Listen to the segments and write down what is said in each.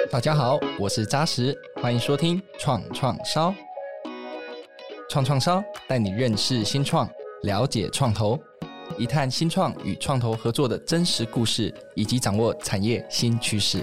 大家好，我是扎实，欢迎收听创创烧。创创烧带你认识新创，了解创投，一探新创与创投合作的真实故事，以及掌握产业新趋势。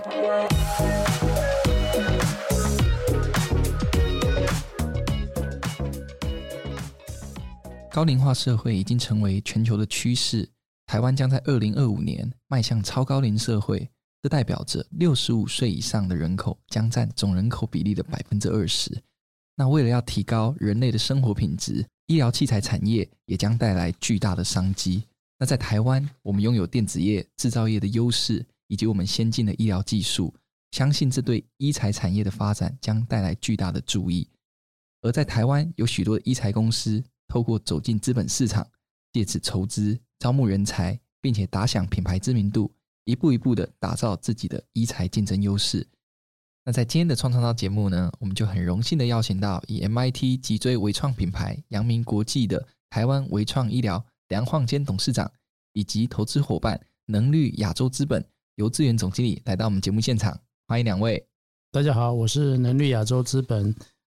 高龄化社会已经成为全球的趋势，台湾将在2025年迈向超高龄社会，这代表着65岁以上的人口将占总人口比例的 20%。 那为了要提高人类的生活品质，医疗器材产业也将带来巨大的商机。那在台湾，我们拥有电子业、制造业的优势，以及我们先进的医疗技术，相信这对医材产业的发展将带来巨大的助益。而在台湾有许多的医材公司透过走进资本市场，借此筹资、招募人才，并且打响品牌知名度，一步一步的打造自己的医材竞争优势。那在今天的创创烧节目呢，我们就很荣幸的邀请到以 MIT 脊椎微创品牌扬名国际的台湾微创医疗梁晃坚董事长，以及投资伙伴能律亚洲资本游志远总经理来到我们节目现场，欢迎两位。 大家好，我是能律亚洲资本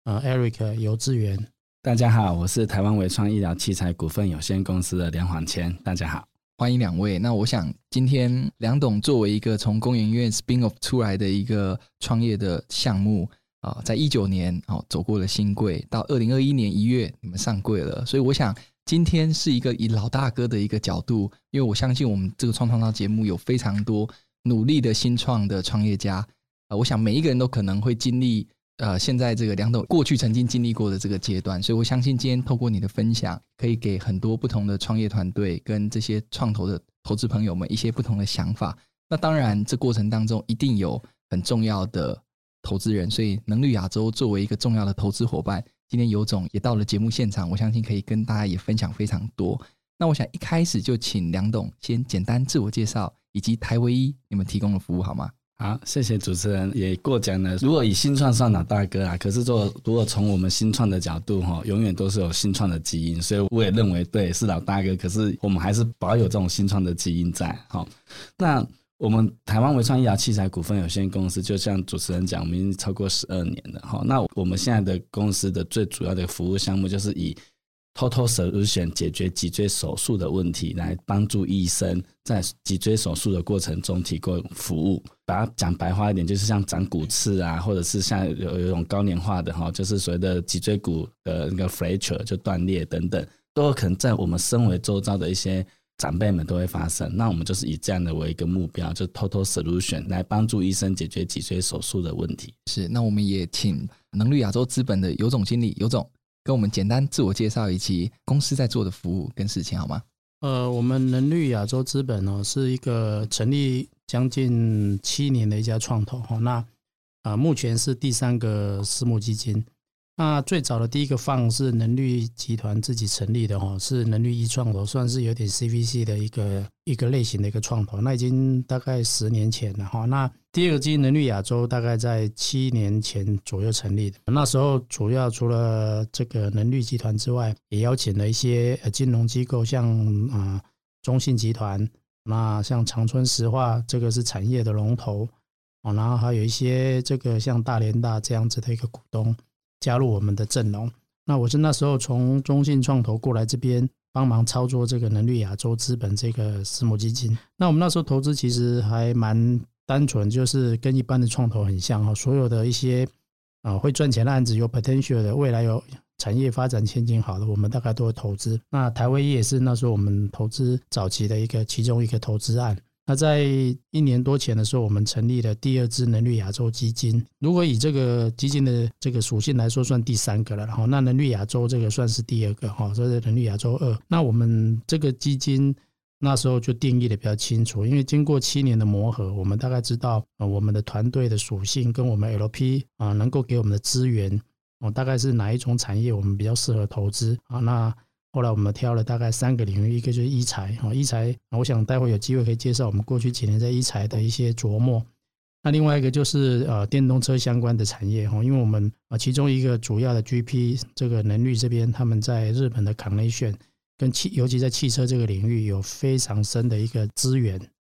Eric 游志远。 大家好，我是台湾微创医疗器材股份有限公司的梁晃坚。大家好， 欢迎两位。那我想今天梁董作为一个从工研院 spin off 出来的一个创业的项目在19年走过了新柜，到2021年1月你们上柜了，所以我想今天是一个以老大哥的一个角度，因为我相信我们这个创创烧节目有非常多努力的新创的创业家，我想每一个人都可能会经历现在这个梁董过去曾经经历过的这个阶段，所以我相信今天透过你的分享，可以给很多不同的创业团队跟这些创投的投资朋友们一些不同的想法。那当然这过程当中一定有很重要的投资人，所以能律亚洲作为一个重要的投资伙伴，今天游总也到了节目现场，我相信可以跟大家也分享非常多。那我想一开始就请梁董先简单自我介绍，以及台唯医你们提供的服务好吗？ 好，谢谢主持人。也过奖了，如果以新创算老大哥可是如果从我们新创的角度永远都是有新创的基因，所以我也认为对是老大哥，可是我们还是保有这种新创的基因在。那我们台湾微创医疗器材股份有限公司，就像主持人讲，我们已经超过12年了。那我们现在的公司的最主要的服务项目就是以Total Solution 解决脊椎手术的问题，来帮助医生在脊椎手术的过程中提供服务。把它讲白话一点，就是像长骨刺或者是像有一种高年化的就是所谓的脊椎骨的那个 fracture 就断裂等等，都有可能在我们身为周遭的一些长辈们都会发生。那我们就是以这样的为一个目标，就 Total Solution 来帮助医生解决脊椎手术的问题。 是，那我们也请能律亚洲资本的游总经理游总跟我们简单自我介绍，以及公司在做的服务跟事情好吗？ 我们能律亚洲资本是一个成立将近7年的一家创投。那目前是第3个私募基金。那最早的第一个fund是能律集团自己成立的，是能律一创投，算是有点 CVC 的一个类型的一个创投，那已经大概10年前了。那第二个基金能律亚洲大概在7年前左右成立的，那时候主要除了这个能律集团之外，也邀请了一些金融机构，像中信集团，那像长春石化，这个是产业的龙头，然后还有一些这个像大联大这样子的一个股东加入我们的阵容。那我是那时候从中信创投过来这边帮忙操作这个能律亚洲资本这个私募基金。那我们那时候投资其实还蛮单纯，就是跟一般的创投很像，所有的一些会赚钱的案子，有 potential 的，未来有产业发展前景好的，我们大概都会投资。那台唯医也是那时候我们投资早期的其中一个投资案。那在1年多前的时候，我们成立了第2支能律亚洲基金。如果以这个基金的这个属性来说，算第3个了。那能律亚洲这个算是第2个，这是能律亚洲2。那我们这个基金那时候就定义的比较清楚，因为经过7年的磨合，我们大概知道我们的团队的属性跟我们 LP 能够给我们的资源大概是哪一种产业我们比较适合投资那后来我们挑了大概3个领域，一个就是医材，医材我想待会有机会可以介绍我们过去几年在医材的一些琢磨。那另外一个就是电动车相关的产业，因为我们其中一个主要的 GP 这个能律这边，他们在日本的 Connection 跟尤其在汽车这个领域有非常深的一个资源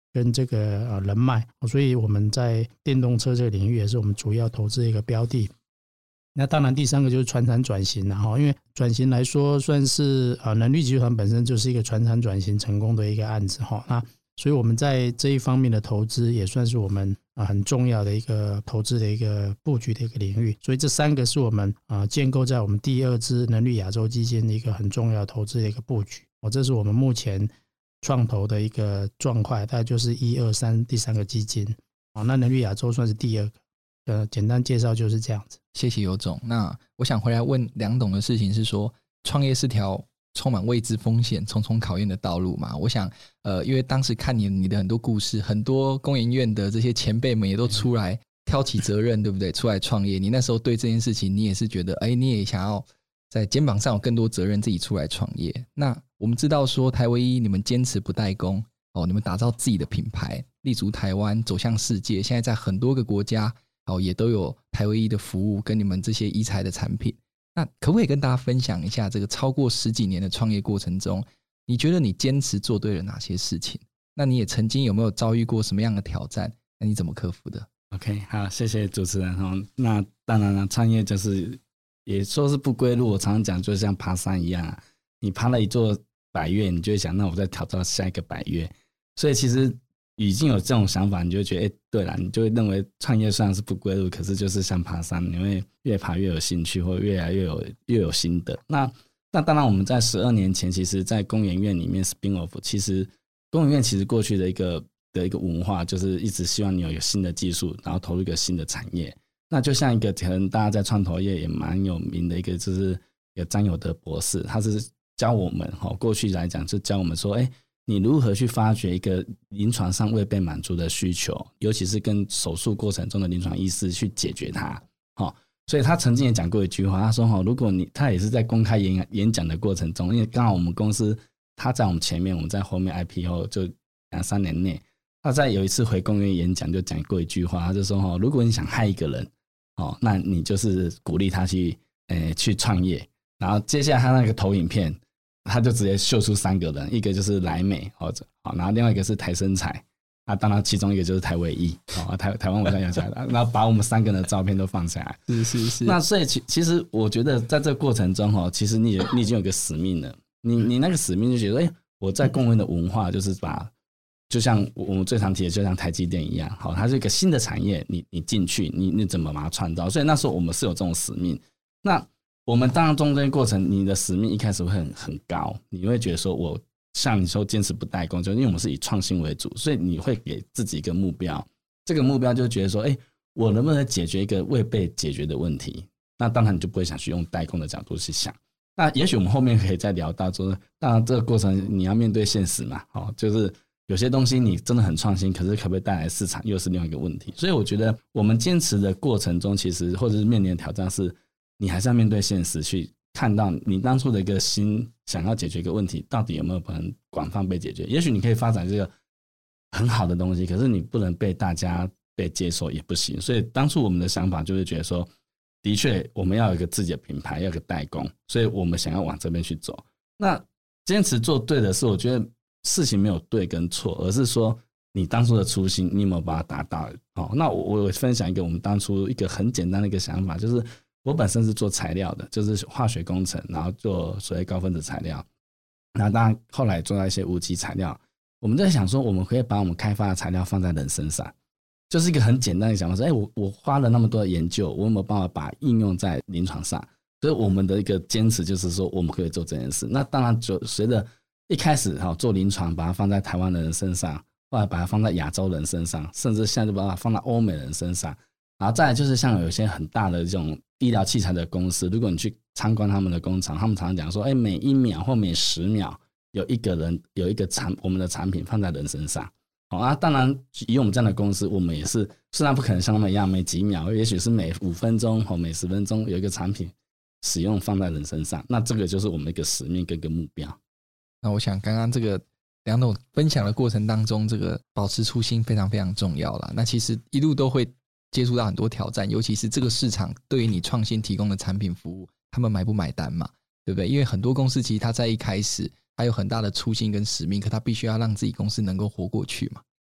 跟这个人脉，所以我们在电动车这个领域也是我们主要投资的一个标的。那当然第三个就是传产转型，因为转型来说算是能率集团本身就是一个传产转型成功的一个案子，那所以我们在这一方面的投资也算是我们很重要的一个投资的一个布局的一个领域。所以这三个是我们建构在我们第二支能率亚洲基金的一个很重要投资的一个布局。这是我们目前创投的一个状况，大概就是1、2、3第三个基金。那能率亚洲算是第二个，简单介绍就是这样子。 谢谢尤总。那我想回来问梁董的事情是说，创业是条充满未知风险、重重考验的道路嘛？我想因为当时看你的很多故事，很多工研院的这些前辈们也都出来挑起责任，对不对？出来创业，你那时候对这件事情你也是觉得你也想要在肩膀上有更多责任，自己出来创业。那我们知道说台唯一你们坚持不代工，你们打造自己的品牌，立足台湾，走向世界，现在在很多个国家也都有台唯一的服务跟你们这些医材的产品。那可不可以跟大家分享一下这个超过10几年的创业过程中，你觉得你坚持做对了哪些事情？那你也曾经有没有遭遇过什么样的挑战？那你怎么克服的？ OK， 好，谢谢主持人。那当然了，创业就是也说是不归路，我常常讲就像爬山一样，你爬了一座百岳，你就会想那我再挑战下一个百岳。所以其实已经有这种想法，你就会觉得对啦，你就会认为创业虽然是不归路，可是就是像爬山，你会越爬越有兴趣，或越来越有心得。那当然我们在12年前，其实在工研院里面 spin off， 其实工研院其实过去的一个文化就是一直希望你有新的技术，然后投入一个新的产业。那就像一个可能大家在创投业也蛮有名的一个，就是有张友德博士，他是教我们过去来讲就教我们说你如何去发掘一个临床上未被满足的需求，尤其是跟手术过程中的临床医师去解决它。所以他曾经也讲过一句话，他说如果他也是在公开演讲的过程中，因为刚好我们公司他在我们前面，我们在后面 IPO 就2-3年内，他在有一次回公园演讲就讲过一句话，他就说如果你想害一个人那你就是鼓励他去创业。然后接下来他那个投影片他就直接秀出3个人，一个就是莱美，然后另外一个是台生财，当然其中一个就是台唯一，台湾我想起来了，然后把我们3个人的照片都放下来。 是。那所以其实我觉得在这个过程中其实你已经有个使命了，你那个使命就觉得我在公园的文化就是就像我们最常提的，就像台积电一样，它是一个新的产业，你进去你怎么把它创造？所以那时候我们是有这种使命。那我们当然中间过程，你的使命一开始会很高，你会觉得说我像你说坚持不代工，就因为我们是以创新为主，所以你会给自己一个目标，这个目标就觉得说我能不能解决一个未被解决的问题？那当然你就不会想去用代工的角度去想。那也许我们后面可以再聊到说，当然这个过程你要面对现实嘛，就是有些东西你真的很创新，可是可不可以带来市场又是另外一个问题。所以我觉得我们坚持的过程中，其实或者是面临的挑战是，你还是要面对现实，去看到你当初的一个心想要解决一个问题，到底有没有可能广泛被解决。也许你可以发展这个很好的东西，可是你不能被大家被接受也不行。所以当初我们的想法就是觉得说，的确我们要有一个自己的品牌，要有一个代工，所以我们想要往这边去走。那坚持做对的是，我觉得事情没有对跟错，而是说你当初的初心你有没有把它达到。那我分享一个我们当初一个很简单的一个想法，就是我本身是做材料的，就是化学工程，然后做所谓高分子材料，那当然后来做到一些无机材料。我们在想说，我们可以把我们开发的材料放在人身上，就是一个很简单的想法，说我花了那么多的研究，我有没有办法把它应用在临床上？所以我们的一个坚持就是说，我们可以做这件事。那当然就随着一开始做临床，把它放在台湾人身上，后来把它放在亚洲人身上，甚至现在就把它放在欧美人身上。然后再来就是像有些很大的这种医疗器材的公司，如果你去参观他们的工厂，他们常常讲说每1秒或每10秒有一个人有一个我们的产品放在人身上。当然以我们这样的公司，我们也是虽然不可能像他们一样每几秒，也许是每5分钟或每10分钟有一个产品使用放在人身上，那这个就是我们一个使命跟一个目标。 那我想刚刚这个梁董分享的过程当中，这个保持初心非常非常重要啦。那其实一路都会接触到很多挑战，尤其是这个市场对于你创新提供的产品服务，他们买不买单嘛，对不对？因为很多公司其实他在一开始他有很大的初心跟使命，可他必须要让自己公司能够活过去嘛。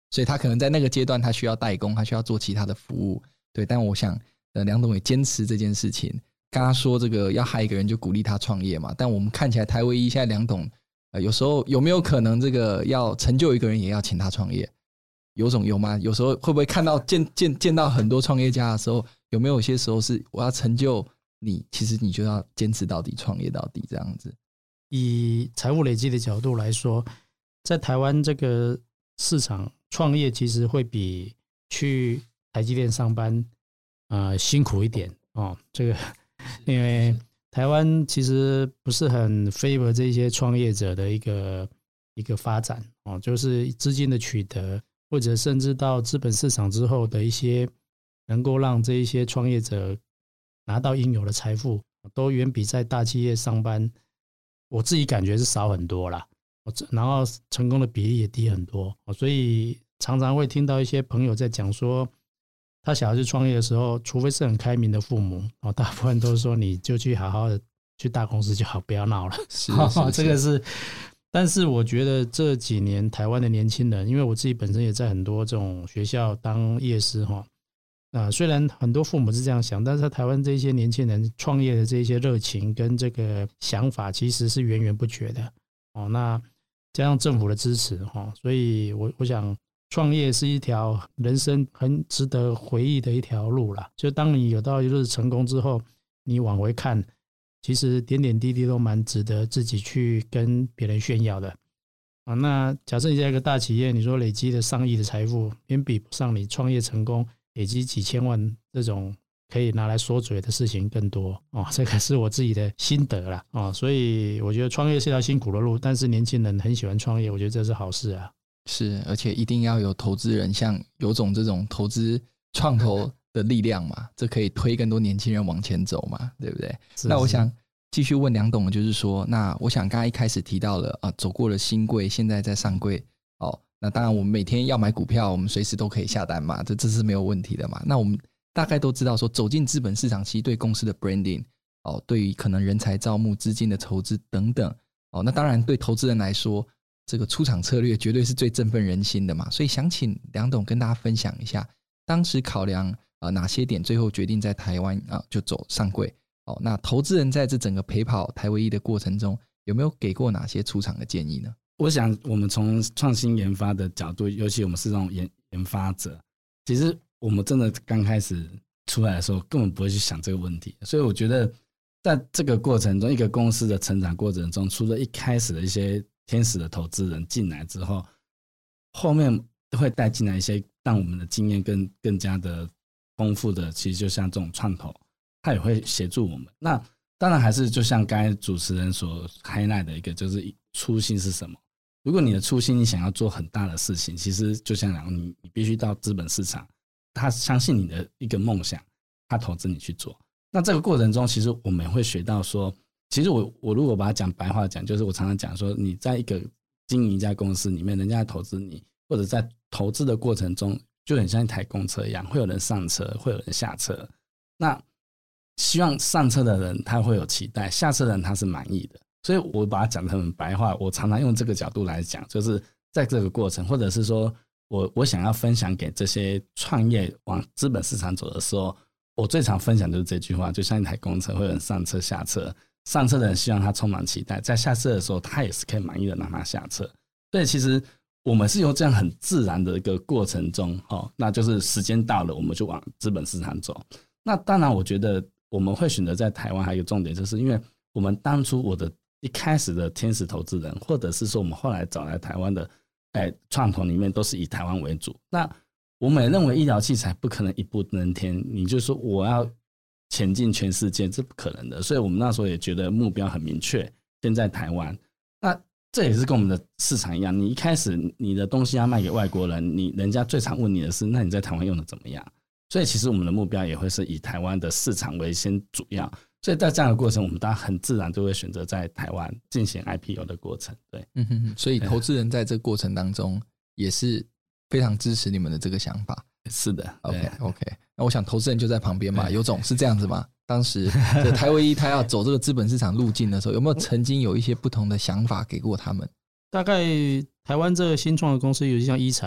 所以他可能在那个阶段他需要代工，他需要做其他的服务。对，但我想梁董也坚持这件事情。刚刚说这个要害一个人就鼓励他创业嘛，但我们看起来台唯一现在梁董有时候有没有可能这个要成就一个人也要请他创业？有吗？有时候会不会看到见到很多创业家的时候，有没有些时候是我要成就你，其实你就要坚持到底，创业到底这样子？ 以财务累积的角度来说，在台湾这个市场创业其实会比去台积电上班辛苦一点哦。这个因为台湾其实不是很 favor 这些创业者的一个发展哦，就是资金的取得，或者甚至到资本市场之后的一些能够让这一些创业者拿到应有的财富，都远比在大企业上班，我自己感觉是少很多啦。然后成功的比例也低很多，所以常常会听到一些朋友在讲说，他小孩子创业的时候，除非是很开明的父母，大部分都是说你就去好好的去大公司就好，不要闹了。 是这个是。但是我觉得这几年台湾的年轻人，因为我自己本身也在很多这种学校当业师虽然很多父母是这样想，但是在台湾这些年轻人创业的这些热情跟这个想法其实是源源不绝的那加上政府的支持所以我想创业是一条人生很值得回忆的一条路啦。就当你有到一日成功之后，你往回看，其实点点滴滴都蛮值得自己去跟别人炫耀的那假设你在一个大企业，你说累积了上亿的财富，远比不上你创业成功累积几千万这种可以拿来说嘴的事情更多这个是我自己的心得啦所以我觉得创业是一条辛苦的路，但是年轻人很喜欢创业，我觉得这是好事啊。 是，而且一定要有投资人，像有种这种投资创投的力量嘛，这可以推更多年轻人往前走嘛，对不对？那我想继续问梁董，就是说，那我想刚才一开始提到了走过了新贵，现在在上柜那当然我们每天要买股票，我们随时都可以下单嘛，这是没有问题的嘛。那我们大概都知道说，走进资本市场其实对公司的 branding 对于可能人才招募、资金的投资等等那当然对投资人来说，这个出场策略绝对是最振奋人心的嘛。所以想请梁董跟大家分享一下，当时考量哪些点，最后决定在台湾就走上柜那投资人在这整个陪跑台唯一的过程中，有没有给过哪些出场的建议呢？ 我想我们从创新研发的角度，尤其我们是这种研发者，其实我们真的刚开始出来的时候根本不会去想这个问题。所以我觉得在这个过程中，一个公司的成长过程中，除了一开始的一些天使的投资人进来之后，后面会带进来一些让我们的经验更加的丰富的，其实就像这种创投，他也会协助我们。那当然还是就像刚才主持人所 highlight 的一个，就是初心是什么。如果你的初心你想要做很大的事情，其实就像你必须到资本市场，他相信你的一个梦想，他投资你去做。那这个过程中，其实我们会学到说，其实我如果把它讲白话讲，就是我常常讲说，你在一个经营一家公司里面，人家在投资你，或者在投资的过程中，就很像一台公车一样，会有人上车，会有人下车。那希望上车的人他会有期待，下车的人他是满意的。所以我把它讲得很白话，我常常用这个角度来讲，就是在这个过程，或者是说我想要分享给这些创业往资本市场走的时候，我最常分享就是这句话，就像一台公车，会有人上车下车，上车的人希望他充满期待，在下车的时候他也是可以满意的让他下车。所以其实我们是用这样很自然的一个过程中那就是时间到了我们就往资本市场走。那当然我觉得我们会选择在台湾，还有一个重点就是因为我们当初我的一开始的天使投资人，或者是说我们后来找来台湾的创投里面，都是以台湾为主。那我们也认为医疗器材不可能一步登天，你就说我要前进全世界，这不可能的。所以我们那时候也觉得目标很明确，先在台湾。那这也是跟我们的市场一样，你一开始你的东西要卖给外国人，人家最常问你的是，那你在台湾用的怎么样？所以其实我们的目标也会是以台湾的市场为先主要。所以在这样的过程，我们当然很自然就会选择在台湾进行 IPO 的过程。对， 所以投资人在这个过程当中也是非常支持你们的这个想法。 是的 ，OK， 那我想投资人就在旁边嘛，有种是这样子吗？当时台唯一他要走这个资本市场路径的时候，有没有曾经有一些不同的想法给过他们？ 大概台湾这个新创的公司，尤其像医材，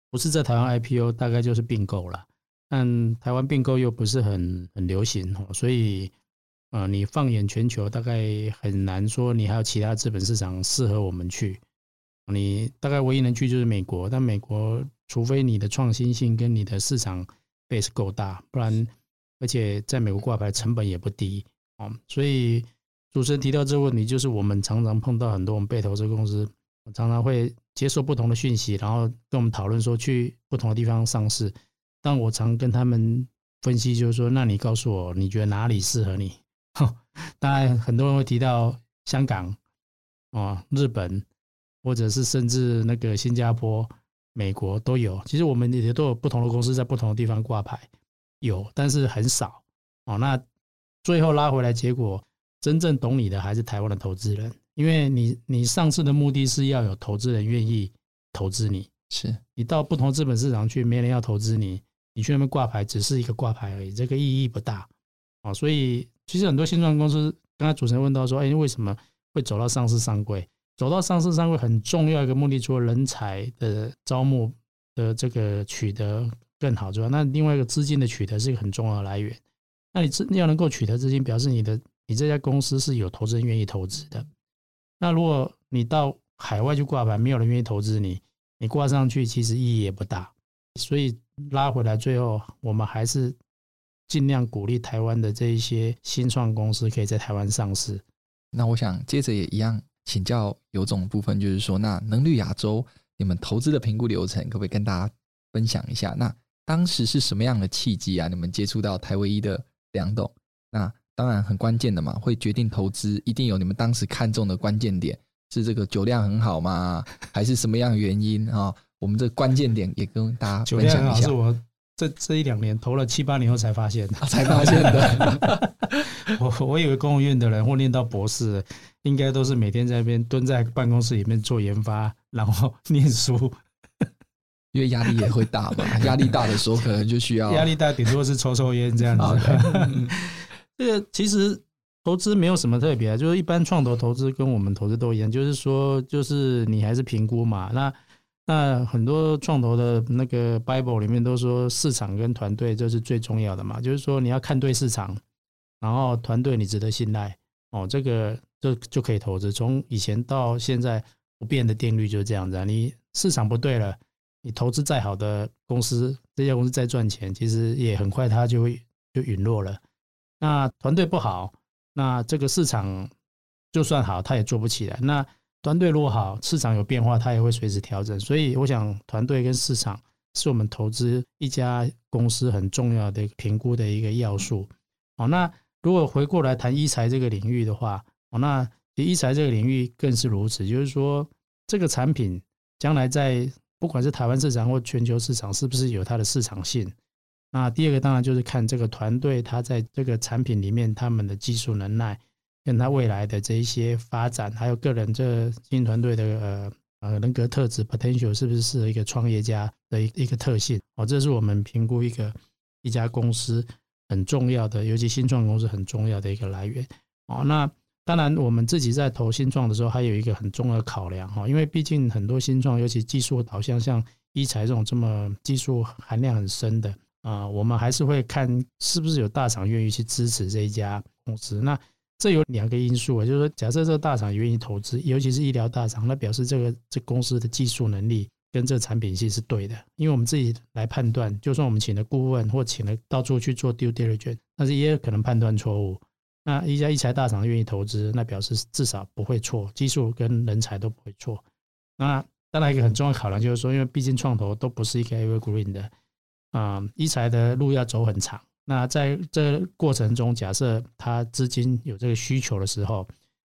不是在台湾 IPO， 大概就是并购了。但台湾并购又不是很流行，所以你放眼全球，大概很难说你还有其他资本市场适合我们去。你大概唯一能去就是美国，但美国除非你的创新性跟你的市场 base 够大，不然而且在美国挂牌成本也不低。所以主持人提到这个问题，就是我们常常碰到很多我们被投资公司常常会接受不同的讯息，然后跟我们讨论说去不同的地方上市。但我常跟他们分析，就是说，那你告诉我，你觉得哪里适合你？当然，很多人会提到香港、日本，或者是甚至那个新加坡、美国都有。其实我们也都有不同的公司在不同的地方挂牌，有，但是很少。那最后拉回来，结果真正懂你的还是台湾的投资人，因为你上市的目的是要有投资人愿意投资你。 是你到不同资本市场去，没人要投资你，你去那边挂牌只是一个挂牌而已，这个意义不大。所以其实很多新创公司，刚才主持人问到说，为什么会走到上市上柜？走到上市上柜很重要一个目的，除了人才的招募的这个取得更好之外，那另外一个资金的取得是一个很重要的来源。那你要能够取得资金，表示你这家公司是有投资人愿意投资的。那如果你到海外去挂牌，没有人愿意投资你挂上去其实意义也不大。所以拉回来，最后我们还是尽量鼓励台湾的这一些新创公司可以在台湾上市。 那我想接着也一样请教尤总的部分，就是说那能绿亚洲你们投资的评估流程可不可以跟大家分享一下？那当时是什么样的契机啊？你们接触到台唯一的梁董，那当然很关键的嘛，会决定投资一定有你们当时看中的关键点，是这个酒量很好吗？还是什么样的原因啊？我们这关键点也跟大家分享一下。酒量很好是我这一两年投了7、8年后才发现的， 才发现的。 我以为公务员的人或念到博士，应该都是每天在那边蹲在办公室里面做研发，然后念书。 因为压力也会大嘛，压力大的时候可能就需要压力大，顶多是抽烟这样子。这个其实投资没有什么特别，就是一般创投投资跟我们投资都一样，就是说，就是你还是评估嘛。那很多创投的那个 Bible 里面都说，市场跟团队这是最重要的嘛，就是说你要看对市场，然后团队你值得信赖，这个就可以投资。从以前到现在不变的定律就是这样子啊，你市场不对了，你投资再好的公司，这家公司再赚钱，其实也很快它就陨落了。那团队不好，那这个市场就算好，它也做不起来。那团队如果好，市场有变化，它也会随时调整。所以我想，团队跟市场是我们投资一家公司很重要的评估的一个要素。那如果回过来谈医材这个领域的话，那医材这个领域更是如此，就是说这个产品将来在不管是台湾市场或全球市场，是不是有它的市场性？那第二个当然就是看这个团队它在这个产品里面他们的技术能耐，跟他未来的这一些发展，还有个人这经营团队的人格特质 potential 是不是适合一个创业家的一个特性。这是我们评估一家公司很重要的，尤其新创公司很重要的一个来源。那当然我们自己在投新创的时候还有一个很重要的考量，因为毕竟很多新创尤其技术导向，像医材这种这么技术含量很深的我们还是会看是不是有大厂愿意去支持这一家公司。那这有2个因素，就是说假设这个大厂愿意投资，尤其是医疗大厂，那表示这公司的技术能力跟这个产品性是对的。因为我们自己来判断，就算我们请了顾问或请了到处去做 due diligence， 但是也有可能判断错误。那一家医材大厂愿意投资，那表示至少不会错，技术跟人才都不会错。那当然一个很重要的考量就是说，因为毕竟创投都不是一个 evergreen 的医材的路要走很长。那在这个过程中，假设他资金有这个需求的时候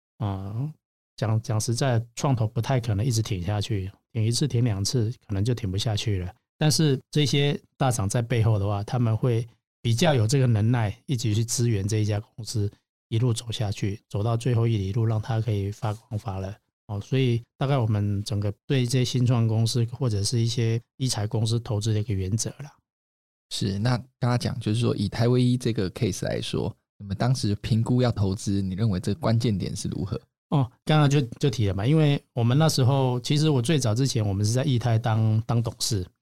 讲实在，创投不太可能一直挺下去，挺1次挺2次可能就挺不下去了。但是这些大厂在背后的话，他们会比较有这个能耐一起去支援这一家公司一路走下去，走到最后一里路，让它可以发光发热。所以大概我们整个对这些新创公司或者是一些医材公司投资的一个原则啦。 是，那刚刚讲就是说，以台唯一这个 case 来说，你们当时评估要投资，你认为这个关键点是如何？ 刚刚就提了嘛，因为我们那时候其实我最早之前我们是在液态当董事，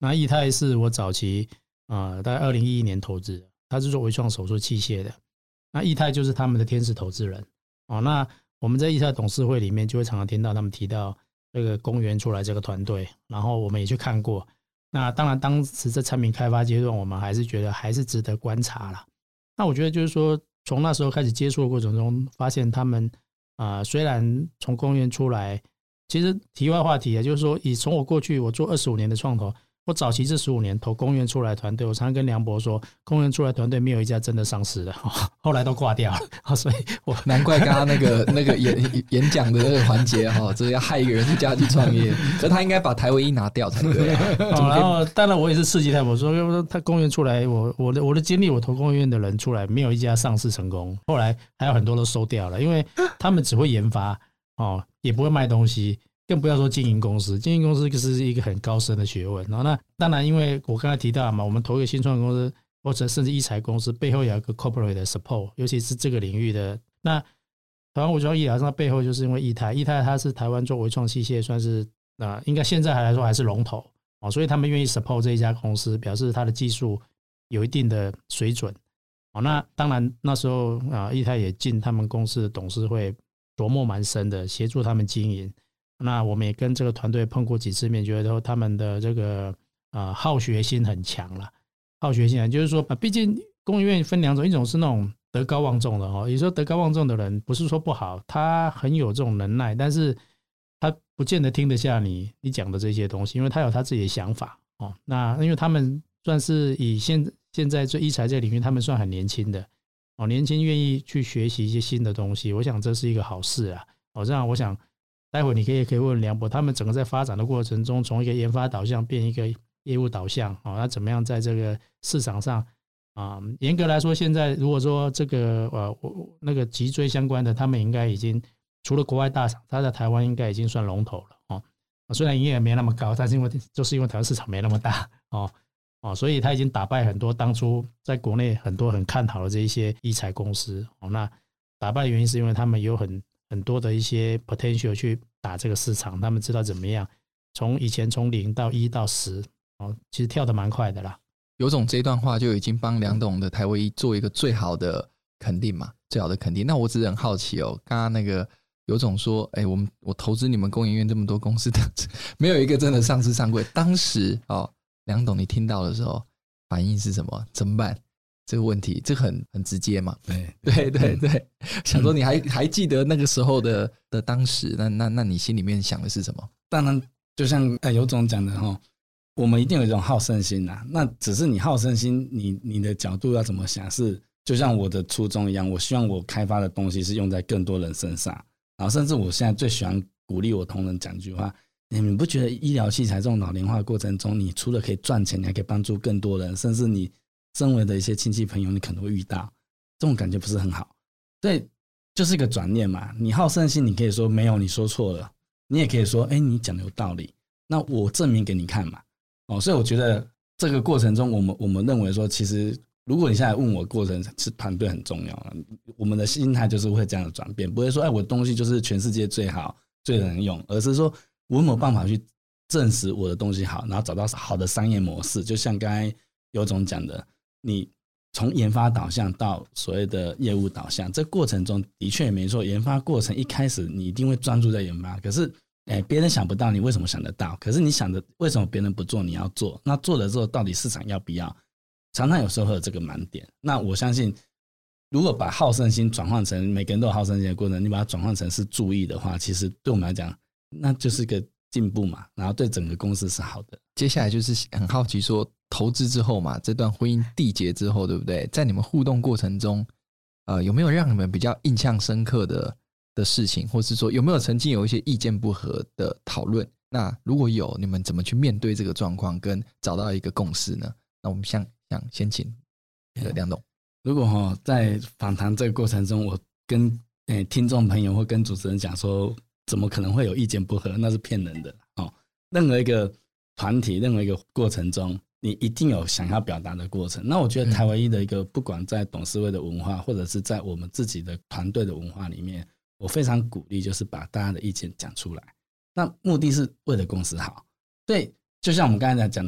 那益泰是我早期大概2011年投资的，他是做微创手术器械的。那益泰就是他们的天使投资人那我们在益泰董事会里面就会常常听到他们提到这个公元出来这个团队，然后我们也去看过。那当然当时在产品开发阶段，我们还是觉得还是值得观察啦。那我觉得就是说从那时候开始接触的过程中，发现他们虽然从公元出来，其实题外话题就是说从我过去我做25年的创投，我早期这15年投公元出来团队，我常常跟梁博说，公元出来团队没有一家真的上市的，后来都挂掉了，所以我难怪刚刚那个演讲的那个环节这要害一个人去家去创业，可他应该把台唯一拿掉才对然后当然我也是刺激他，我说他公元出来，我的经历，我投公元的人出来，没有一家上市成功，后来还有很多都收掉了，因为他们只会研发也不会卖东西。更不要说经营公司，经营公司是一个很高深的学问。那当然，因为我刚才提到嘛，我们投一个新创公司或者甚至医材公司，背后有一个 corporate 的 support， 尤其是这个领域的。那台湾微创医疗上背后就是因为益泰它是台湾做微创器械算是应该现在来说还是龙头所以他们愿意 support 这一家公司，表示它的技术有一定的水准那当然那时候益泰也进他们公司的董事会，琢磨蛮深的，协助他们经营。那我们也跟这个团队碰过几次面，觉得他们的这个好学心很强啦。好学心就是说毕竟工研院分两种，一种是那种德高望重的也就是说德高望重的人不是说不好，他很有这种能耐，但是他不见得听得下你讲的这些东西，因为他有他自己的想法那因为他们算是以现在做医材这个领域，他们算很年轻的年轻愿意去学习一些新的东西，我想这是一个好事啊这样我想待会你可以问梁博，他们整个在发展的过程中，从一个研发导向变一个业务导向那怎么样在这个市场上严格来说，现在如果说这个那个脊椎相关的，他们应该已经除了国外大厂，他在台湾应该已经算龙头了虽然营业额没那么高，但是因为台湾市场没那么大所以他已经打败很多当初在国内很多很看好的这一些医材公司那打败的原因是因为他们有很多的一些 potential 去打这个市场，他们知道怎么样以前从0到1到10其实跳得蛮快的啦。 有种这段话就已经帮梁董的台唯一做一个最好的肯定嘛，最好的肯定。那我只是很好奇刚刚那个有种说我投资你们工研院这么多公司的没有一个真的上市上柜，当时梁董你听到的时候反应是什么？怎么办？这个问题这个很直接嘛，对想说你还记得那个时候的当时，那你心里面想的是什么？ 当然就像尤总讲的我们一定有一种好胜心那只是你好胜心你的角度要怎么想，是就像我的初衷一样，我希望我开发的东西是用在更多人身上，然后甚至我现在最喜欢鼓励我同仁讲一句话，你们不觉得医疗器材这种老龄化的过程中，你除了可以赚钱，你还可以帮助更多人，甚至你周围的一些亲戚朋友你可能会遇到，这种感觉不是很好。所以就是一个转念嘛，你好胜心你可以说没有，你说错了，你也可以说你讲的有道理，那我证明给你看嘛所以我觉得这个过程中我们认为说，其实如果你现在问我过程是团队很重要，我们的心态就是会这样的转变，不会说我的东西就是全世界最好最能用，而是说我有没有办法去证实我的东西好，然后找到好的商业模式。就像刚才尤总讲的，你从研发导向到所谓的业务导向，这过程中的确也没错，研发过程一开始你一定会专注在研发，可是别人想不到，你为什么想得到？可是你想的为什么别人不做，你要做？那做了之后，到底市场要不要？常常有时候会有这个盲点。那我相信，如果把好胜心转换成每个人都有好胜心的过程，你把它转换成是注意的话，其实对我们来讲，那就是个进步嘛，然后对整个公司是好的。 接下来就是很好奇说，投资之后嘛，这段婚姻缔结之后，对不对？在你们互动过程中，有没有让你们比较印象深刻的事情，或是说有没有曾经有一些意见不合的讨论？那如果有，你们怎么去面对这个状况，跟找到一个共识呢？那我们想先请梁董。 如果在访谈这个过程中，我跟听众朋友或跟主持人讲说，怎么可能会有意见不合？那是骗人的任何一个团体，任何一个过程中，你一定有想要表达的过程。那我觉得台唯一的一个，不管在董事会的文化，或者是在我们自己的团队的文化里面，我非常鼓励就是把大家的意见讲出来，那目的是为了公司好。所以就像我们刚才讲的，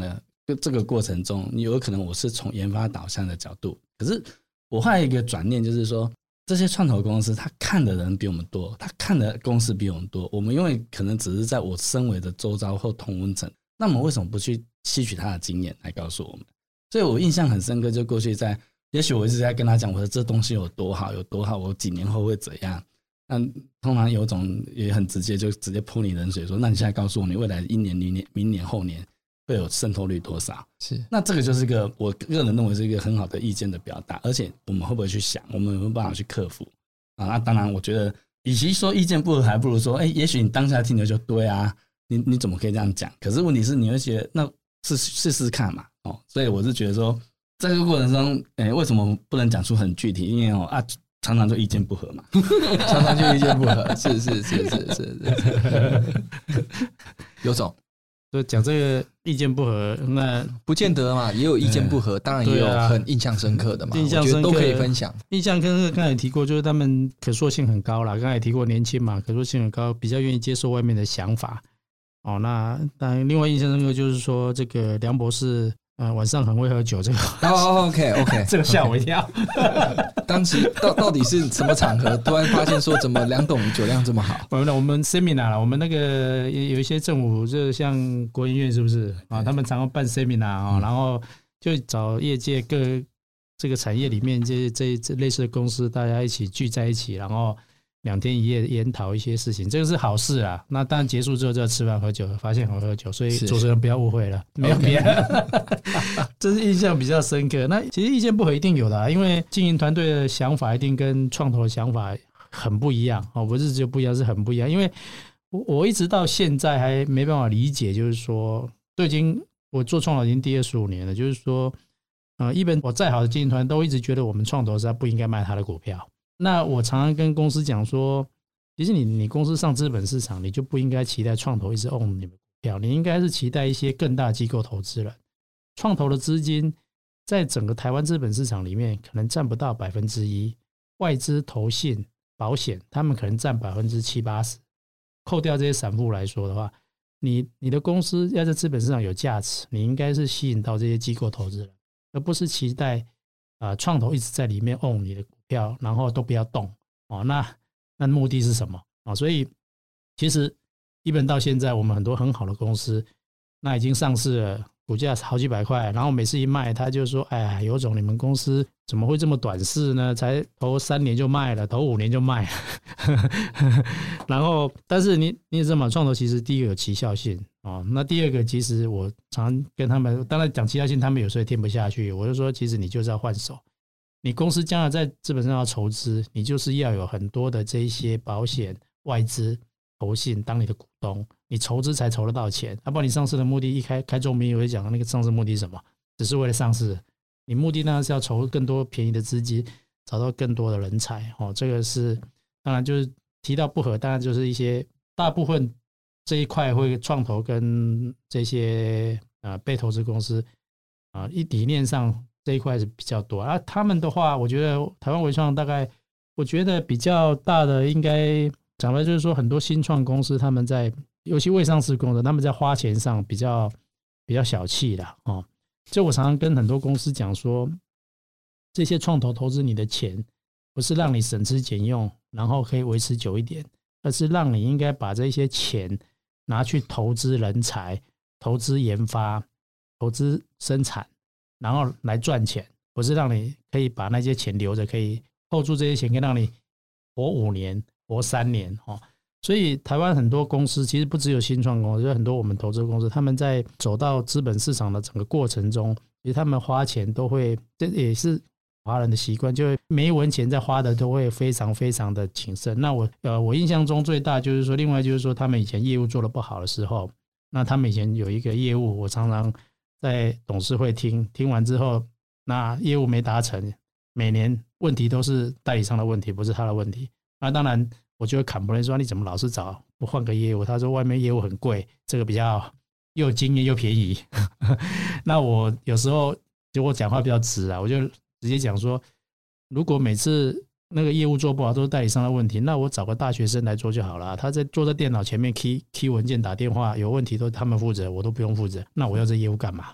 这个过程中，你有可能我是从研发导向的角度，可是我后来一个转念就是说，这些创投公司他看的人比我们多，他看的公司比我们多，我们因为可能只是在我身为的周遭或同温层，那么为什么不去吸取他的经验来告诉我们？所以我印象很深刻，就过去也许我一直在跟他讲我说这东西有多好有多好，我几年后会怎样。那通常有种也很直接，就直接泼你冷水说，那你现在告诉我你未来1年明年后年会有渗透率多少？ 是，那这个就是个我个人认为是一个很好的意见的表达，而且我们会不会去想，我们有没有办法去克服啊？那当然我觉得与其说意见不合，还不如说也许你当下听的就对啊，你怎么可以这样讲？可是问题是你会觉得那是试试看嘛，所以我是觉得说这个过程中为什么不能讲出很具体？因为常常就意见不合嘛常常就意见不合是有种就讲这个意见不合，那不见得嘛，也有意见不合，当然也有很印象深刻的嘛， 印象深刻我觉得都可以分享。 印象深刻刚才提过，就是他们可塑性很高啦，刚才也提过年轻嘛，可塑性很高，比较愿意接受外面的想法。那当然另外印象深刻就是说这个梁博士晚上很会喝酒，这个 OK 这个吓我一跳当时到底是什么场合突然发现说怎么梁董酒量这么好？ 我们 seminar 啦，我们那个有一些政府就像国研院是不是他们常常办 seminar然后就找业界各这个产业里面这类似的公司大家一起聚在一起，然后2天1夜研讨一些事情，这个是好事啊。那当然结束之后就要吃饭喝酒，发现很喝酒，所以主持人不要误会了，没有别的这是印象比较深刻。那其实意见不合一定有的因为经营团队的想法一定跟创投的想法很不一样不是只有不一样，是很不一样。因为我一直到现在还没办法理解，就是说我做创投已经第25年了，就是说一本我再好的经营团都一直觉得我们创投是不应该卖他的股票。那我常常跟公司讲说，其实你公司上资本市场，你就不应该期待创投一直 own 你们股票，你应该是期待一些更大的机构投资人。创投的资金在整个台湾资本市场里面可能占不到1%，外资、投信、保险他们可能占70-80%。扣掉这些散户来说的话，你的公司要在资本市场有价值，你应该是吸引到这些机构投资人，而不是期待创投一直在里面 own 你的股票，然后都不要动那目的是什么所以其实一本到现在我们很多很好的公司那已经上市了，股价好几百块，然后每次一卖他就说哎呀，有种你们公司怎么会这么短视呢，才头3年就卖了，头5年就卖了然后但是你也知道嘛，创投其实第一个有期效性那第二个其实我常跟他们，当然讲期效性他们有时候也听不下去，我就说其实你就是要换手，你公司将来在资本上要筹资，你就是要有很多的这一些保险、外资、投信当你的股东，你筹资才筹得到钱，要不然你上市的目的一开宗明义我就讲那个上市目的是什么，只是为了上市，你目的当然是要筹更多便宜的资金，找到更多的人才这个是当然就是提到不合，当然就是一些大部分这一块会创投跟这些被投资公司理念上这一块是比较多他们的话我觉得台湾微创大概我觉得比较大的应该讲的就是说很多新创公司他们在尤其未上市公司他们在花钱上比较小气啦就我常常跟很多公司讲说，这些创投投资你的钱不是让你省吃俭用然后可以维持久一点，而是让你应该把这些钱拿去投资人才、投资研发、投资生产，然后来赚钱，不是让你可以把那些钱留着，可以hold住这些钱，可以让你活5年、活3年所以台湾很多公司其实不只有新创公司，有很多我们投资公司，他们在走到资本市场的整个过程中，其实他们花钱都会，这也是华人的习惯，就每一文钱在花的都会非常非常的谨慎。那我印象中最大就是说，另外就是说他们以前业务做得不好的时候，那他们以前有一个业务，我常常在董事会听完之后，那业务没达成，每年问题都是代理商的问题，不是他的问题。那当然我就会complain说，你怎么老是找不换个业务？他说外面业务很贵，这个比较又有经验又便宜那我有时候就我讲话比较直我就直接讲说，如果每次那个业务做不好都是代理商的问题，那我找个大学生来做就好了，他坐在电脑前面 key 文件打电话，有问题都他们负责，我都不用负责，那我要这业务干嘛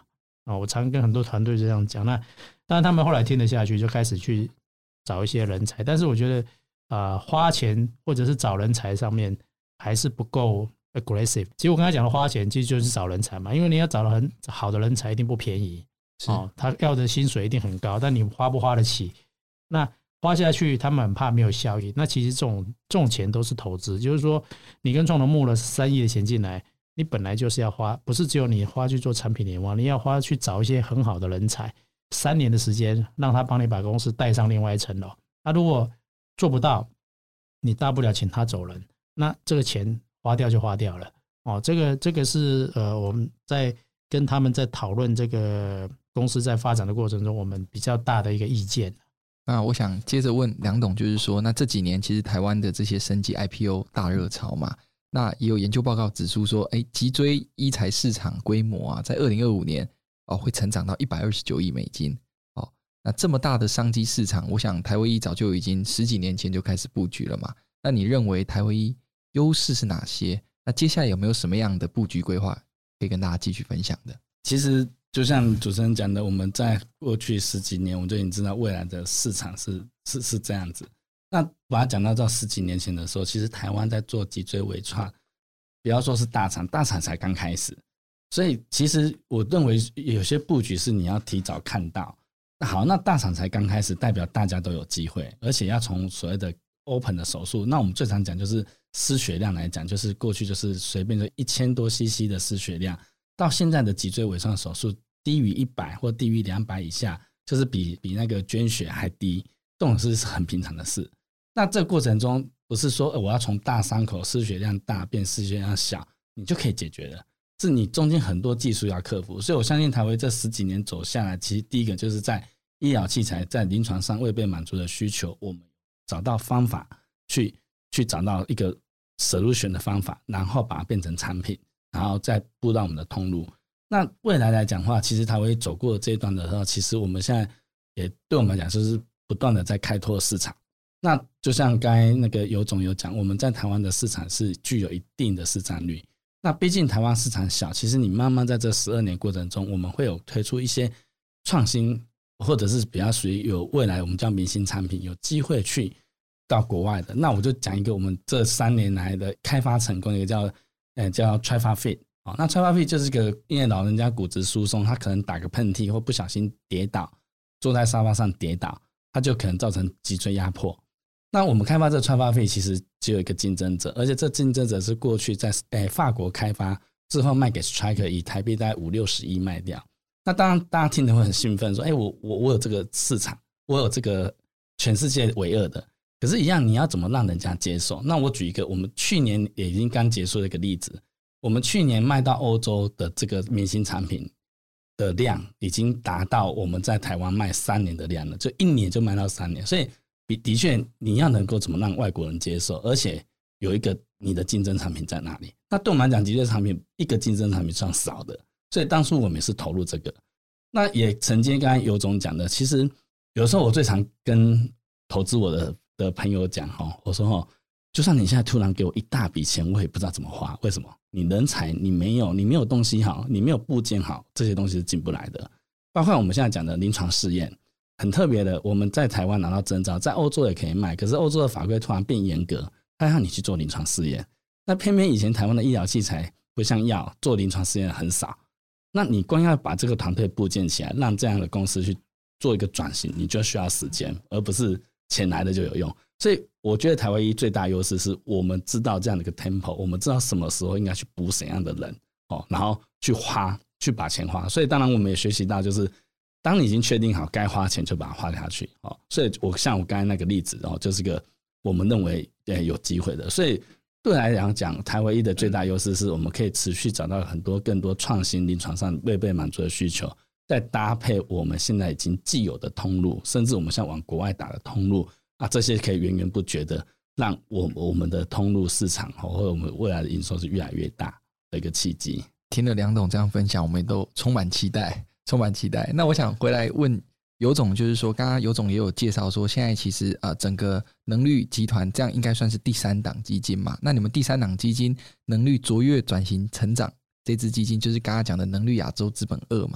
我常跟很多团队这样讲，那当然他们后来听得下去，就开始去找一些人才，但是我觉得花钱或者是找人才上面还是不够 aggressive。其实我刚才讲的花钱其实就是找人才嘛，因为你要找到很好的人才一定不便宜他要的薪水一定很高，但你花不花得起？那花下去他们很怕没有效益。那其实这种钱都是投资，就是说你跟创投募了3亿的钱进来，你本来就是要花，不是只有你花去做产品联网，你要花去找一些很好的人才，3年的时间让他帮你把公司带上另外一层楼。他如果做不到，你大不了请他走人，那这个钱花掉就花掉了这个是我们在跟他们在讨论这个公司在发展的过程中，我们比较大的一个意见。 那我想接着问梁董，就是说，那这几年其实台湾的这些生技 IPO 大热潮嘛，那也有研究报告指出说，脊椎医材市场规模在2025年会成长到129亿美金那这么大的商机市场，我想台威医早就已经10几年前就开始布局了嘛。那你认为台威医优势是哪些？那接下来有没有什么样的布局规划可以跟大家继续分享的？ 其实就像主持人讲的，我们在过去10几年，我们就已经知道未来的市场是这样子。那把它讲到10几年前的时候，其实台湾在做脊椎微创，不要说是大厂才刚开始。所以其实我认为有些布局是你要提早看到。好，那大厂才刚开始，代表大家都有机会，而且要从所谓的 open 的手术。那我们最常讲就是失血量来讲，就是过去就是随便就1000多 cc 的失血量，到现在的脊椎微创手术低于100或低于200以下，就是比那个捐血还低，这种是很平常的事。那这个过程中不是说我要从大伤口失血量大变失血量小你就可以解决了，是你中间很多技术要克服。所以我相信台威这10几年走下来，其实第一个就是在医疗器材在临床上未被满足的需求，我们找到方法去找到一个 solution 的方法，然后把它变成产品，然后再布到我们的通路。那未来来讲的话，其实台威走过这一段的时候，其实我们现在也对我们来讲就是不断的在开拓市场。那就像刚才那个尤总有讲，我们在台湾的市场是具有一定的市占率。那毕竟台湾市场小，其实你慢慢在这12年过程中，我们会有推出一些创新，或者是比较属于有未来我们叫明星产品，有机会去到国外的。那我就讲一个我们这3年来的开发成功的一个叫 TriFit。那 TriFit 就是一个因为老人家骨质疏松，他可能打个喷嚏或不小心跌倒，坐在沙发上跌倒，他就可能造成脊椎压迫。那我们开发这个 TriFit 其实只有一个竞争者，而且这竞争者是过去在法国开发之后卖给 Stryker， 以台币大概50-60亿卖掉。那当然大家听得会很兴奋，说我有这个市场，我有这个全世界唯二的。可是一样，你要怎么让人家接受？那我举一个我们去年也已经刚结束的一个例子，我们去年卖到欧洲的这个明星产品的量已经达到我们在台湾卖3年的量了，就1年就卖到3年。所以的确你要能够怎么让外国人接受，而且有一个你的竞争产品在哪里。那对我们来讲，脊椎产品一个竞争产品算少的，所以当初我们也是投入这个。那也承接刚才尤总讲的，其实有时候我最常跟投资我的朋友讲，我说就算你现在突然给我一大笔钱，我也不知道怎么花。为什么？你人才你没有东西好，你没有部件好，这些东西是进不来的。包括我们现在讲的临床试验，很特别的，我们在台湾拿到证照，在欧洲也可以卖，可是欧洲的法规突然变严格，它让你去做临床试验。那偏偏以前台湾的医疗器材不像药，做临床试验很少。那你光要把这个团队部建起来，让这样的公司去做一个转型，你就需要时间，而不是钱来的就有用。所以我觉得台威医最大优势是我们知道这样的一个 tempo， 我们知道什么时候应该去补怎样的人，然后去把钱花。所以当然我们也学习到，就是当你已经确定好该花钱，就把它花下去。所以像我刚才那个例子，就是个我们认为有机会的。所以对来讲，台威医的最大优势是我们可以持续找到更多创新临床上未被满足的需求，再搭配我们现在已经既有的通路，甚至我们现在往国外打的通路这些可以源源不绝的让我们的通路市场或者我们未来的营收是越来越大的一个契机。 听了梁董这样分享，我们都充满期待。那我想回来问尤总，就是说刚刚尤总也有介绍说，现在其实整个能率集团这样应该算是第3档基金嘛。那你们第3档基金能率卓越转型成长这支基金，就是刚刚讲的能率亚洲资本2嘛。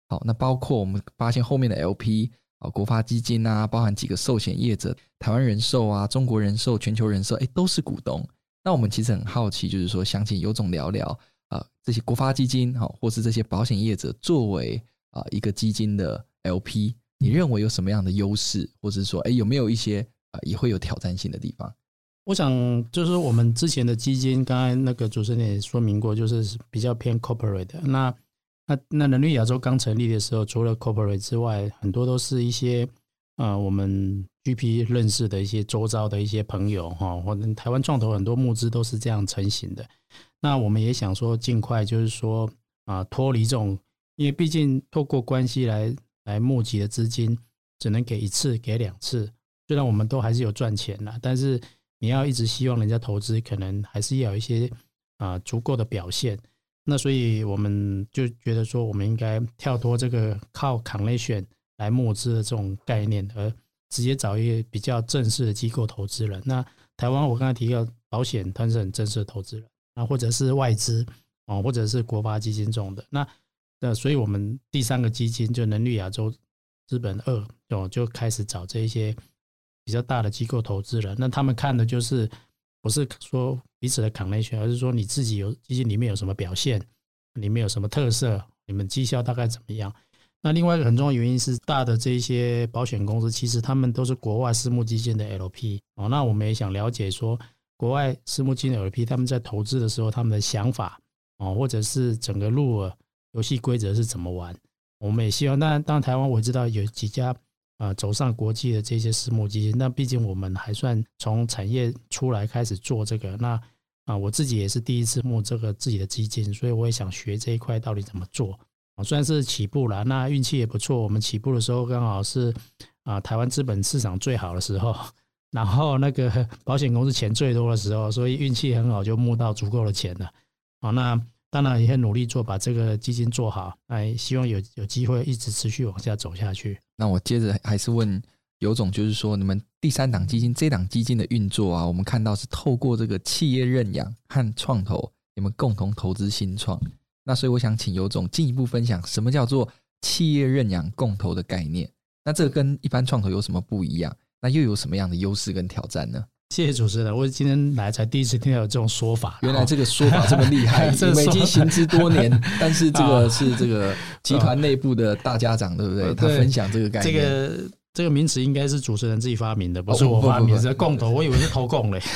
好，那包括我们发现后面的 LP 国发基金啊，包含几个寿险业者，台湾人寿啊、中国人寿、全球人寿，都是股东。那我们其实很好奇，就是说想请尤总聊聊这些国发基金或是这些保险业者作为一个基金的 LP， 你认为有什么样的优势，或者是说有没有一些也会有挑战性的地方？ 我想就是我们之前的基金，刚才那个主持人也说明过，就是比较偏 corporate 的。那人绿亚洲刚成立的时候，除了 corporate 之外，很多都是一些我们 GP 认识的一些周遭的一些朋友或者台湾创投很多募资都是这样成型的。那我们也想说尽快就是说脱离这种，因为毕竟透过关系来募集的资金只能给1次给2次，虽然我们都还是有赚钱啦，但是你要一直希望人家投资，可能还是要有一些足够的表现。那所以我们就觉得说，我们应该跳脱这个靠 connection 来募资的这种概念，而直接找一个比较正式的机构投资人。那台湾我刚才提到保险，它是很正式的投资人，或者是外资或者是国发基金这种的。那所以我们第3个基金就能绿亚洲资本2就开始找这一些比较大的机构投资人。那他们看的就是不是说彼此的 connection， 而是说你自己基金里面有什么表现，里面有什么特色，你们绩效大概怎么样。那另外一个很重要的原因是，大的这些保险公司其实他们都是国外私募基金的 LP。那我们也想了解说，国外私募基金的 LP 他们在投资的时候他们的想法或者是整个路游戏规则是怎么玩。我们也希望，当然台湾我知道有几家走上国际的这些私募基金，那毕竟我们还算从产业出来开始做这个。那我自己也是第一次募这个自己的基金，所以我也想学这一块到底怎么做。算是起步了，那运气也不错。我们起步的时候刚好是台湾资本市场最好的时候，然后那个保险公司钱最多的时候，所以运气很好，就募到足够的钱了。那当然也很努力做，把这个基金做好，希望有机会一直持续往下走下去。 那我接着还是问尤总，就是说你们第3档基金这档基金的运作我们看到是透过这个企业认养和创投，你们共同投资新创。那所以我想请尤总进一步分享什么叫做企业认养共投的概念，那这个跟一般创投有什么不一样，那又有什么样的优势跟挑战呢？ 谢谢主持人，我今天来才第一次听到有这种说法。 原来这个说法这么厉害，我们已经行之多年，但是这个是这个集团内部的大家长，对不对？他分享这个概念。 这个名词应该是主持人自己发明的，不是我发明的。共投，我以为是投共嘞。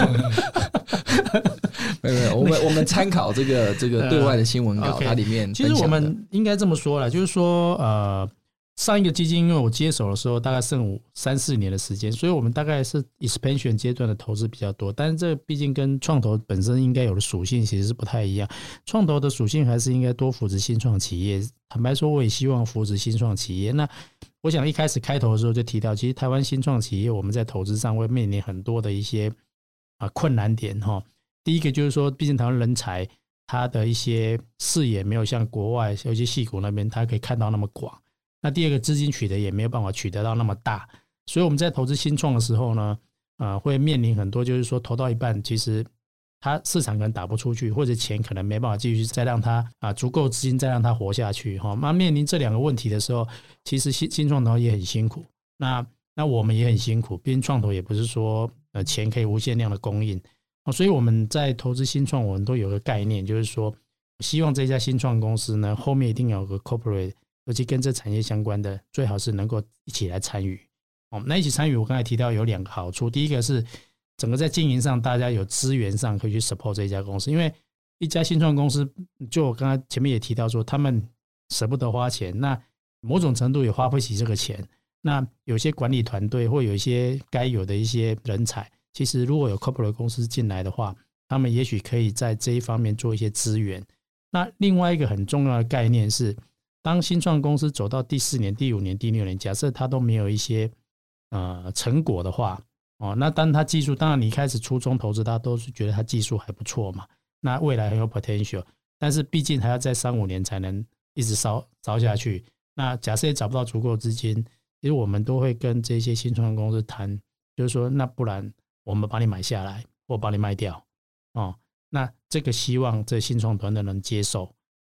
没有，我们参考这个对外的新闻稿，它里面其实我们应该这么说啦，就是说上一个基金因为我接手的时候大概剩3-4年的时间，所以我们大概是 expansion 阶段的投资比较多，但是这毕竟跟创投本身应该有的属性其实是不太一样。创投的属性还是应该多扶持新创企业，坦白说我也希望扶持新创企业。那我想一开始开头的时候就提到，其实台湾新创企业我们在投资上会面临很多的一些困难点。第一个就是说，毕竟台湾人才他的一些视野没有像国外尤其矽谷那边他可以看到那么广。那第二个资金取得也没有办法取得到那么大，所以我们在投资新创的时候呢会面临很多，就是说投到一半其实它市场可能打不出去，或者钱可能没办法继续再让它足够资金再让它活下去。那面临这2个问题的时候，其实新创投也很辛苦，那我们也很辛苦，毕竟创投也不是说钱可以无限量的供应。所以我们在投资新创我们都有个概念，就是说希望这家新创公司呢后面一定有个 corporate， 尤其跟这产业相关的最好是能够一起来参与。那一起参与我刚才提到有2个好处，第一个是整个在经营上大家有资源上可以去 support 这一家公司，因为一家新创公司就我刚才前面也提到说他们舍不得花钱，那某种程度也花不起这个钱，那有些管理团队或有一些该有的一些人才，其实如果有 corporate 公司进来的话，他们也许可以在这一方面做一些资源。那另外一个很重要的概念是，当新创公司走到第4年、第5年、第6年，假设他都没有一些成果的话，那当他技术，当然你一开始初中投资他都是觉得他技术还不错嘛，那未来很有 potential， 但是毕竟还要在3-5年才能一直烧下去。那假设也找不到足够的资金，其实我们都会跟这些新创公司谈，就是说那不然我们把你买下来或把你卖掉那这个希望这新创团队能接受。那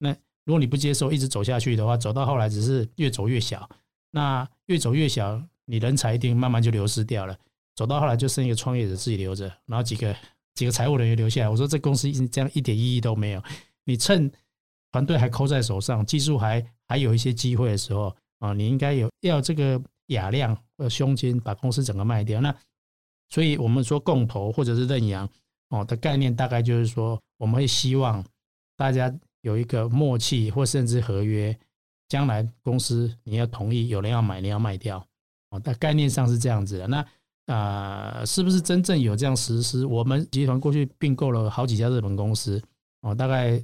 如果你不接受，一直走下去的话，走到后来只是越走越小。那越走越小，你人才一定慢慢就流失掉了。走到后来就剩一个创业者自己留着，然后几个财务人员留下来。我说这公司这样一点意义都没有。你趁团队还扣在手上，技术还有一些机会的时候啊，你应该要这个雅量和胸襟把公司整个卖掉。那所以我们说共投或者是认养的概念，大概就是说我们会希望大家有一个默契或甚至合约，将来公司你要同意，有人要买你要卖掉，但概念上是这样子的。那是不是真正有这样实施？我们集团过去并购了好几家日本公司，大概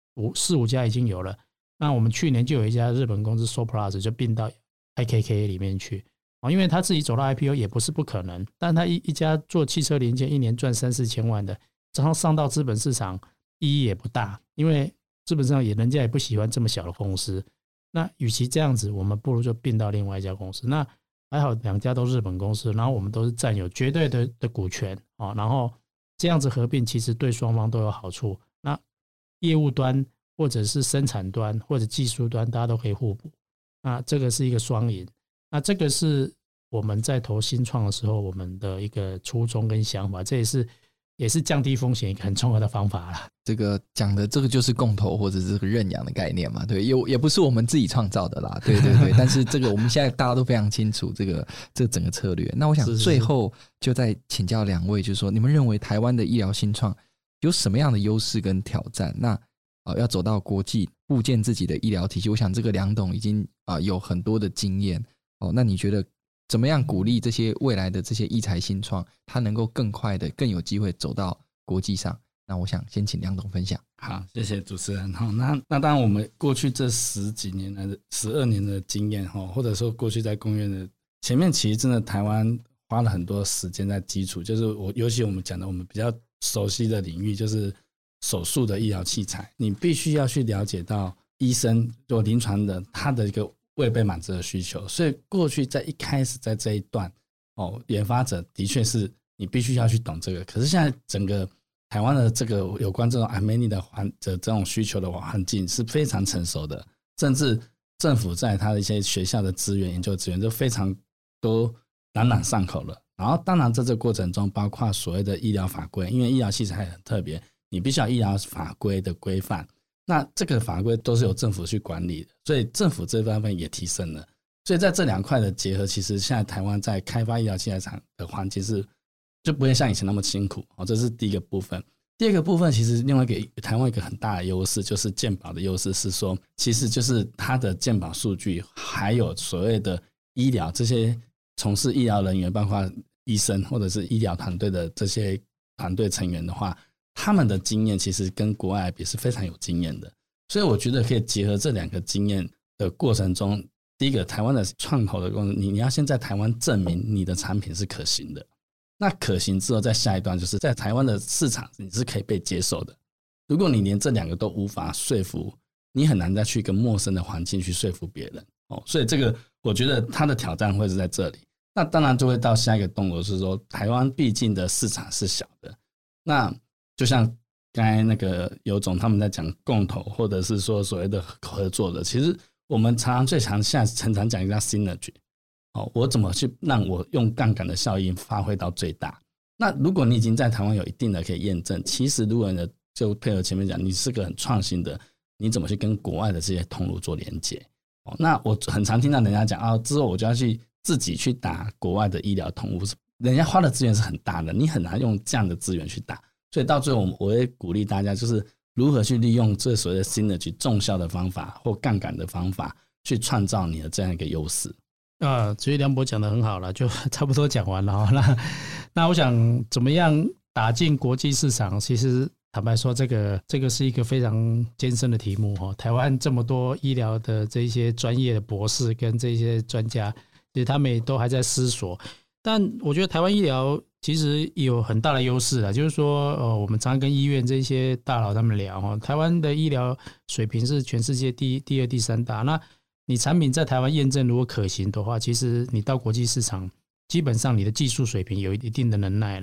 4、5家已经有了。那我们去年就有一家日本公司 SoPlus 就并到 IKK 里面去，因为他自己走到 IPO 也不是不可能，但他一家做汽车零件一年赚3、4千万的，然后上到资本市场意义也不大，因为资本市场人家也不喜欢这么小的公司。那与其这样子，我们不如就并到另外一家公司。那还好2家都是日本公司，然后我们都是占有绝对的股权，然后这样子合并其实对双方都有好处。那业务端或者是生产端或者技术端大家都可以互补，那这个是一个双赢。那这个是我们在投新创的时候我们的一个初衷跟想法，这也是降低风险一个很重要的方法啦。 这个讲的这个就是共投或者是这个认养的概念嘛，对，也不是我们自己创造的啦，对对对。但是这个我们现在大家都非常清楚这整个策略。那我想最后就再请教2位，就是说你们认为台湾的医疗新创有什么样的优势跟挑战？那要走到国际布建自己的医疗体系，我想这个梁董已经有很多的经验那你觉得怎么样鼓励这些未来的这些医材新创，它能够更快的更有机会走到国际上？那我想先请梁董分享。 好，谢谢主持人。那当然我们过去这10几年来的12年的经验，或者说过去在公院的前面，其实真的台湾花了很多时间在基础，就是尤其我们讲的我们比较熟悉的领域，就是手术的医疗器材，你必须要去了解到医生做临床的他的一个未被满足的需求。所以过去在一开始在这一段研发者的确是你必须要去懂这个。可是现在整个台湾的这个有关这种 Ameni 的这种需求的环境是非常成熟的，甚至政府在他的一些学校的资源、研究资源就非常都朗朗上口了。然后当然在这个过程中包括所谓的医疗法规，因为医疗器材很特别，你必须要医疗法规的规范，那这个法规都是由政府去管理的，所以政府这方面也提升了。所以在这2块的结合，其实现在台湾在开发医疗器材厂的环境就不会像以前那么辛苦，这是第一个部分。第二个部分，其实另外一个台湾一个很大的优势就是健保的优势，是说其实就是它的健保数据，还有所谓的医疗这些从事医疗人员，包括医生或者是医疗团队的这些团队成员的话，他们的经验其实跟国外比是非常有经验的。所以我觉得可以结合这2个经验的过程中，第一个台湾的创投的过程，你要先在台湾证明你的产品是可行的，那可行之后再下一段就是在台湾的市场你是可以被接受的。如果你连这2个都无法说服，你很难再去一个陌生的环境去说服别人所以这个我觉得它的挑战会是在这里。那当然就会到下一个动作是说，台湾毕竟的市场是小的，那就像刚才那个尤总他们在讲共投或者是说所谓的合作的，其实我们最常现在常讲一个叫 synergy，我怎么去让我用杠杆的效应发挥到最大。那如果你已经在台湾有一定的可以验证，其实如果你就配合前面讲，你是个很创新的，你怎么去跟国外的这些通路做连接？那我很常听到人家讲之后我就要去自己去打国外的医疗通路，人家花的资源是很大的，你很难用这样的资源去打。所以到最后我会鼓励大家，就是如何去利用这所谓的 synergy 重效的方法或杠杆的方法，去创造你的这样一个优势。 所以梁博讲得很好了，就差不多讲完了。那我想怎么样打进国际市场，其实坦白说这个是一个非常艰深的题目。台湾这么多医疗的这些专业的博士跟这些专家，其实他们也都还在思索。但我觉得台湾医疗其实有很大的优势啦，就是说我们常常跟医院这些大佬他们聊，台湾的医疗水平是全世界第2、第3大。那你产品在台湾验证如果可行的话，其实你到国际市场基本上你的技术水平有一定的能耐了。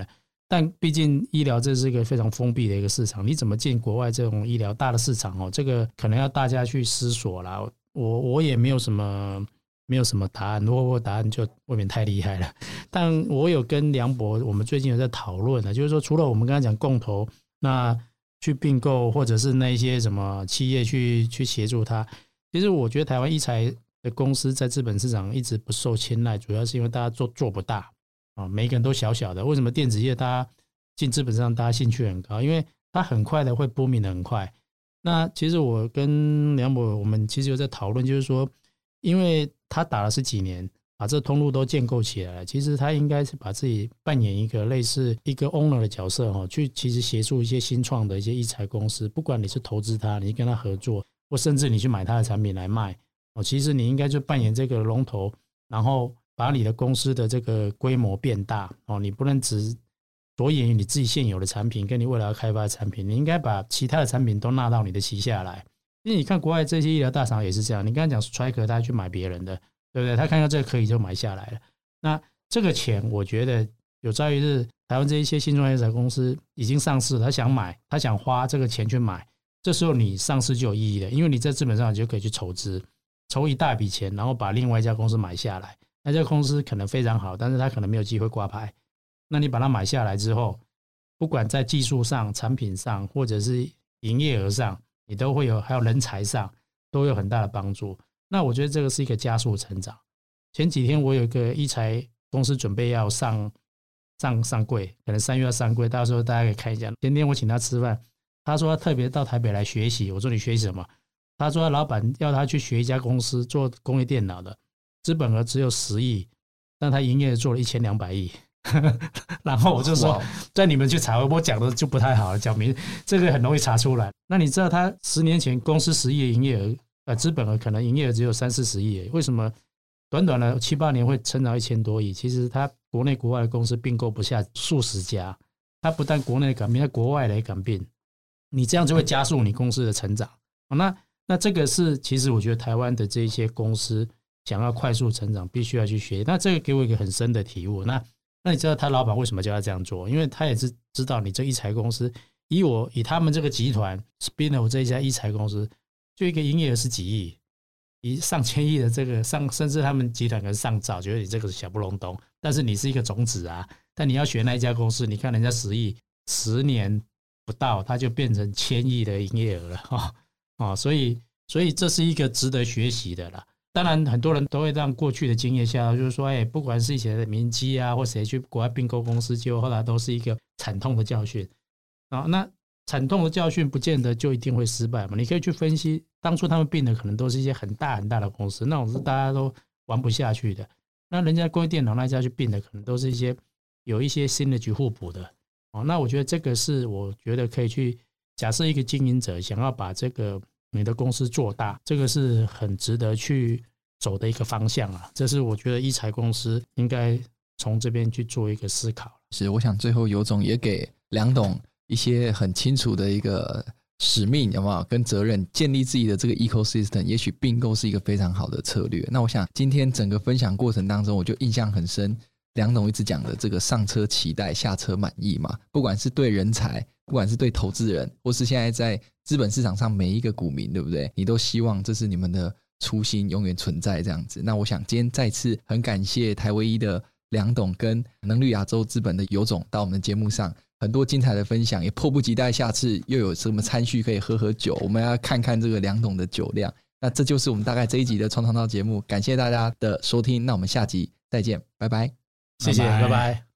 但毕竟医疗这是一个非常封闭的一个市场，你怎么进国外这种医疗大的市场哦？这个可能要大家去思索啦。我也没有什么答案，如果我答案就未免太厉害了。但我有跟梁博，我们最近有在讨论的，就是说除了我们刚才讲共投，那去并购或者是那些什么企业去协助他，其实我觉得台湾医材的公司在资本市场一直不受青睐，主要是因为大家做不大啊，每一个人都小小的。为什么电子业大家进资本市场大家兴趣很高？因为它很快的会booming的很快。那其实我跟梁博我们其实有在讨论，就是说因为他打了10几年，把这通路都建构起来了，其实他应该是把自己扮演一个类似一个 owner 的角色，去其实协助一些新创的一些医材公司，不管你是投资他，你跟他合作，或甚至你去买他的产品来卖，其实你应该就扮演这个龙头，然后把你的公司的这个规模变大，你不能只着眼于你自己现有的产品跟你未来要开发的产品，你应该把其他的产品都纳到你的旗下来。因为你看国外这些医疗大厂也是这样，你刚才讲 Stryker 他去买别人的，对不对？他看到这个可以就买下来了。那这个钱我觉得有朝一日台湾这一些新创业者公司已经上市了，他想买，他想花这个钱去买，这时候你上市就有意义了，因为你在资本上你就可以去筹资，筹一大笔钱，然后把另外一家公司买下来。那家公司可能非常好，但是他可能没有机会挂牌。那你把它买下来之后，不管在技术上、产品上，或者是营业额上，你都会有，还有人才上都有很大的帮助。那我觉得这个是一个加速成长。前几天我有一个医材公司准备要上柜，可能3月要上柜，到时候大家可以看一下。前天我请他吃饭，他说他特别到台北来学习，我说你学习什么？他说老板要他去学一家公司做工业电脑的，资本额只有10亿，但他营业额做了1200亿。然后我就说在你们去查，我讲的就不太好了，讲明这个很容易查出来。那你知道他10年前公司10亿的营业额，资本额可能营业额只有30-40亿，为什么短短的7、8年会成长1000多亿？其实他国内国外的公司并购不下数十家，他不但国内敢并，他国外的也敢并，你这样就会加速你公司的成长。那这个是其实我觉得台湾的这些公司想要快速成长必须要去学。那这个给我一个很深的体悟。那你知道他老板为什么叫他这样做？因为他也是知道你这医材公司，以他们这个集团 Spin-off 这一家医材公司，就一个营业额10几亿，以上千亿的这个甚至他们集团可能上兆，觉得你这个是小不隆咚，但是你是一个种子啊。但你要学那一家公司，你看人家10亿，10年不到他就变成1000亿的营业额了所以这是一个值得学习的啦。当然很多人都会让过去的经验下，就是说不管是以前的明基啊，或谁去国外并购公司，结果后来都是一个惨痛的教训那惨痛的教训不见得就一定会失败嘛。你可以去分析当初他们并的可能都是一些很大很大的公司，那种是大家都玩不下去的。那人家工业电脑那家去并的可能都是有一些新的去互补的那我觉得这个是我觉得可以去假设一个经营者想要把这个你的公司做大，这个是很值得去走的一个方向啊。这是我觉得医材公司应该从这边去做一个思考。 是，我想最后尤总也给梁董一些很清楚的一个使命，有没有？跟责任，建立自己的这个 ecosystem， 也许并购是一个非常好的策略。那我想今天整个分享过程当中，我就印象很深，梁董一直讲的这个上车期待，下车满意嘛，不管是对人才，不管是对投资人，或是现在在资本市场上每一个股民，对不对？你都希望这是你们的初心永远存在这样子。那我想今天再次很感谢台唯一的梁董跟能绿亚洲资本的尤总到我们的节目上，很多精彩的分享，也迫不及待下次又有什么餐叙可以喝酒，我们要看看这个梁董的酒量。那这就是我们大概这一集的创创道节目，感谢大家的收听，那我们下集再见，拜拜。 谢谢，拜拜。